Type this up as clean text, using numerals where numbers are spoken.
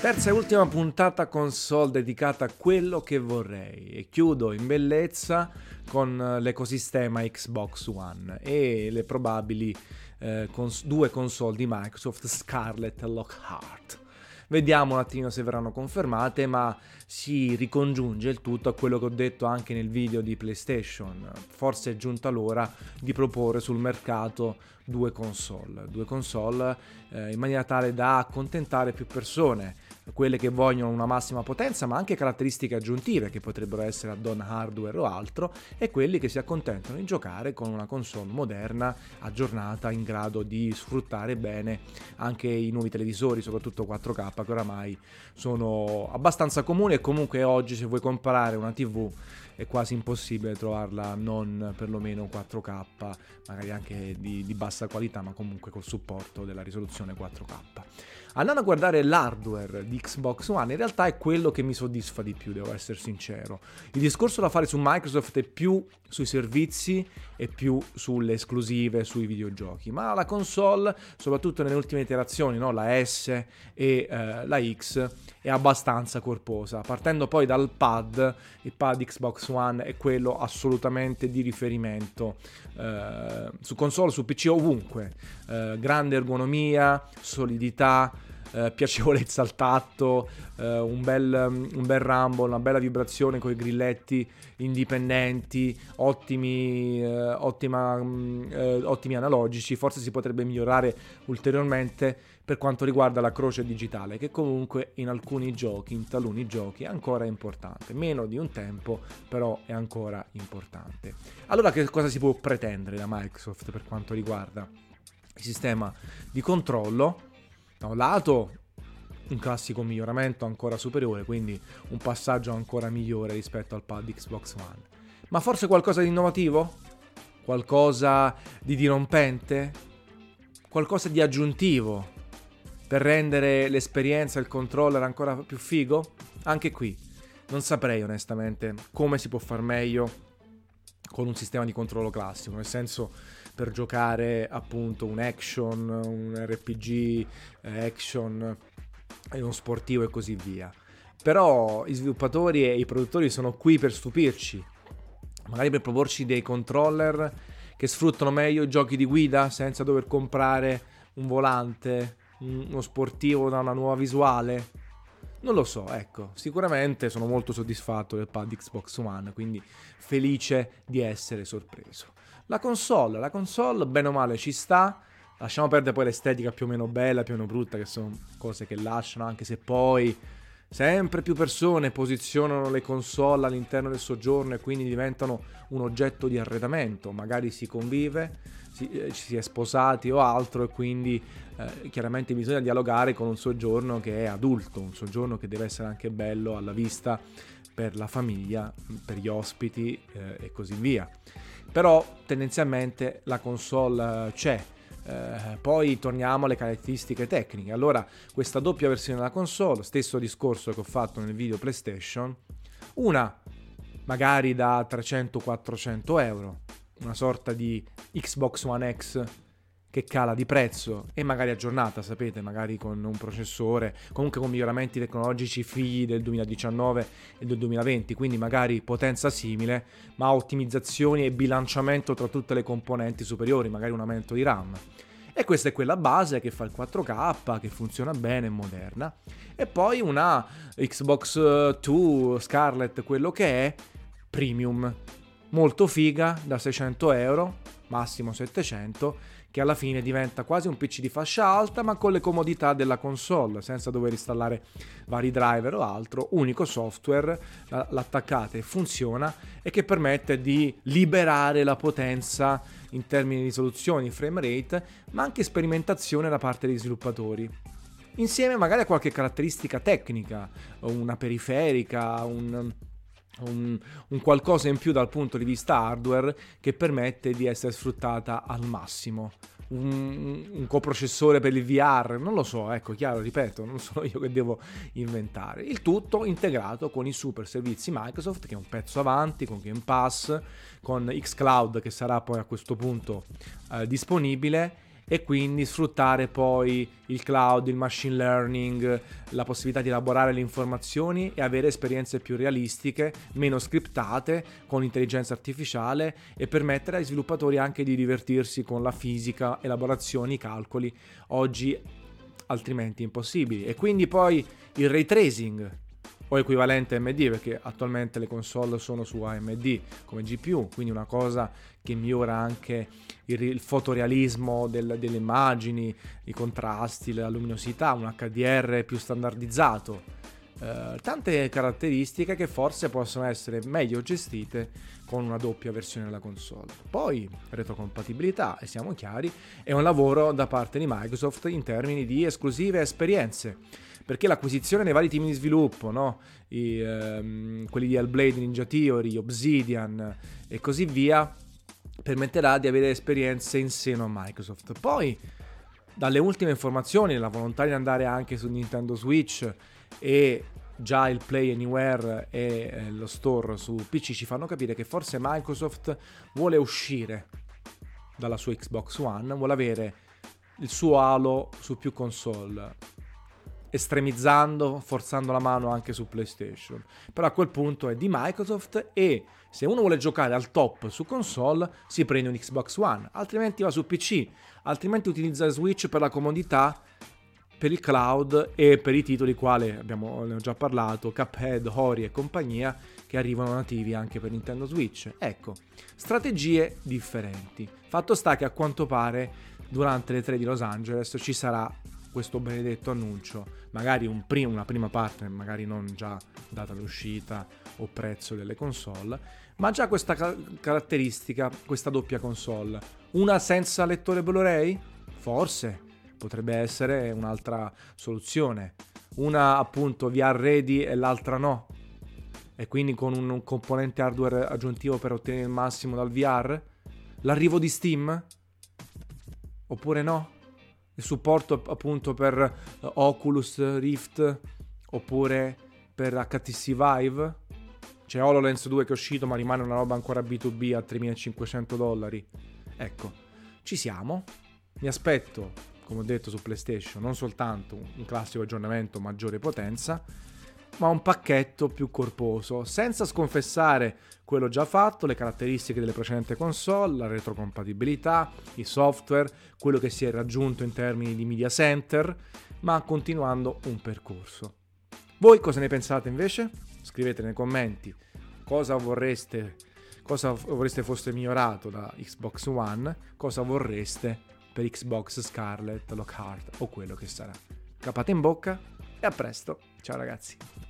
Terza e ultima puntata console dedicata a quello che vorrei e chiudo in bellezza con l'ecosistema Xbox One e le probabili due console di Microsoft, Scarlett e Lockhart. Vediamo un attimino se verranno confermate, ma si ricongiunge il tutto a quello che ho detto anche nel video di PlayStation. Forse è giunta l'ora di proporre sul mercato due console in maniera tale da accontentare più persone, quelle che vogliono una massima potenza ma anche caratteristiche aggiuntive che potrebbero essere add-on hardware o altro, e quelli che si accontentano di giocare con una console moderna, aggiornata, in grado di sfruttare bene anche i nuovi televisori, soprattutto 4K, che oramai sono abbastanza comuni, e comunque oggi se vuoi comprare una TV è quasi impossibile trovarla non perlomeno 4K, magari anche di bassa qualità, ma comunque col supporto della risoluzione 4K. Andando a guardare l'hardware di Xbox One, in realtà è quello che mi soddisfa di più, devo essere sincero. Il discorso da fare su Microsoft è più sui servizi e più sulle esclusive, sui videogiochi, ma la console, soprattutto nelle ultime iterazioni, no? La S e la X, è abbastanza corposa. Partendo poi dal pad, il pad Xbox One è quello assolutamente di riferimento su console, su PC, ovunque. Grande ergonomia, solidità, piacevolezza al tatto, un bel rumble, una bella vibrazione con i grilletti indipendenti, ottimi analogici. Forse si potrebbe migliorare ulteriormente per quanto riguarda la croce digitale, che comunque in alcuni giochi, in taluni giochi, è ancora importante, meno di un tempo, però è ancora importante. Allora, che cosa si può pretendere da Microsoft per quanto riguarda il sistema di controllo? Da un lato un classico miglioramento ancora superiore, quindi un passaggio ancora migliore rispetto al pad Xbox One. Ma forse qualcosa di innovativo? Qualcosa di dirompente? Qualcosa di aggiuntivo per rendere l'esperienza e il controller ancora più figo? Anche qui non saprei onestamente come si può far meglio con un sistema di controllo classico, nel senso, per giocare appunto un action, un RPG action, uno sportivo e così via. Però i sviluppatori e i produttori sono qui per stupirci, magari per proporci dei controller che sfruttano meglio i giochi di guida senza dover comprare un volante, uno sportivo da una nuova visuale. Non lo so, ecco, sicuramente sono molto soddisfatto del pad Xbox One, quindi felice di essere sorpreso. La console bene o male ci sta, lasciamo perdere poi l'estetica più o meno bella, più o meno brutta, che sono cose che lasciano, anche se poi sempre più persone posizionano le console all'interno del soggiorno e quindi diventano un oggetto di arredamento, magari si convive, si è sposati o altro, e quindi chiaramente bisogna dialogare con un soggiorno che è adulto, un soggiorno che deve essere anche bello alla vista per la famiglia, per gli ospiti e così via. Però tendenzialmente la console c'è. Poi torniamo alle caratteristiche tecniche. Allora, questa doppia versione della console, stesso discorso che ho fatto nel video PlayStation, una magari da 300-400 euro, una sorta di Xbox One X che cala di prezzo e magari aggiornata, sapete, magari con un processore, comunque con miglioramenti tecnologici figli del 2019 e del 2020, quindi magari potenza simile, ma ottimizzazioni e bilanciamento tra tutte le componenti superiori, magari un aumento di RAM. E questa è quella base che fa il 4K, che funziona bene, è moderna. E poi una Xbox 2 Scarlett, quello che è, premium, molto figa, da 600 euro, massimo 700, che alla fine diventa quasi un PC di fascia alta, ma con le comodità della console, senza dover installare vari driver o altro, unico software, l'attaccate e funziona, e che permette di liberare la potenza in termini di risoluzioni, frame rate, ma anche sperimentazione da parte degli sviluppatori. Insieme magari a qualche caratteristica tecnica, una periferica, un qualcosa in più dal punto di vista hardware che permette di essere sfruttata al massimo. Un coprocessore per il VR, non lo so, ecco, chiaro, ripeto, non sono io che devo inventare. Il tutto integrato con i super servizi Microsoft, che è un pezzo avanti, con Game Pass, con xCloud che sarà poi a questo punto disponibile, e quindi sfruttare poi il cloud, il machine learning, la possibilità di elaborare le informazioni e avere esperienze più realistiche, meno scriptate, con intelligenza artificiale, e permettere ai sviluppatori anche di divertirsi con la fisica, elaborazioni, calcoli, oggi altrimenti impossibili. E quindi poi il ray tracing, o equivalente AMD, perché attualmente le console sono su AMD come GPU, quindi una cosa che migliora anche il fotorealismo delle immagini, i contrasti, la luminosità, un HDR più standardizzato, tante caratteristiche che forse possono essere meglio gestite con una doppia versione della console. Poi retrocompatibilità, e siamo chiari, è un lavoro da parte di Microsoft in termini di esclusive esperienze, perché l'acquisizione dei vari team di sviluppo, no? Quelli di Hellblade, Ninja Theory, Obsidian e così via, permetterà di avere esperienze in seno a Microsoft. Poi, dalle ultime informazioni, la volontà di andare anche su Nintendo Switch e già il Play Anywhere e lo store su PC ci fanno capire che forse Microsoft vuole uscire dalla sua Xbox One, vuole avere il suo Halo su più console, estremizzando, forzando la mano anche su PlayStation. Però a quel punto è di Microsoft, e se uno vuole giocare al top su console si prende un Xbox One, altrimenti va su PC, altrimenti utilizza Switch per la comodità, per il cloud e per i titoli quali ne ho già parlato, Cuphead, Ori e compagnia, che arrivano nativi anche per Nintendo Switch. Ecco, strategie differenti. Fatto sta che a quanto pare durante le 3 di Los Angeles ci sarà questo benedetto annuncio, magari una prima parte, magari non già data l'uscita o prezzo delle console, ma già questa caratteristica, questa doppia console. Una senza lettore Blu-ray? Forse potrebbe essere un'altra soluzione. Una appunto VR ready e l'altra no, e quindi con un componente hardware aggiuntivo per ottenere il massimo dal VR? L'arrivo di Steam? Oppure no? Il supporto appunto per Oculus Rift oppure per HTC Vive? C'è HoloLens 2 che è uscito, ma rimane una roba ancora B2B a $3.500. Ecco, ci siamo. Mi aspetto, come ho detto su PlayStation, non soltanto un classico aggiornamento maggiore potenza, ma un pacchetto più corposo, senza sconfessare quello già fatto, le caratteristiche delle precedenti console, la retrocompatibilità, i software, quello che si è raggiunto in termini di media center, ma continuando un percorso. Voi cosa ne pensate invece? Scrivete nei commenti cosa vorreste fosse migliorato da Xbox One, cosa vorreste per Xbox Scarlett, Lockhart o quello che sarà. Capate in bocca e a presto. Ciao ragazzi.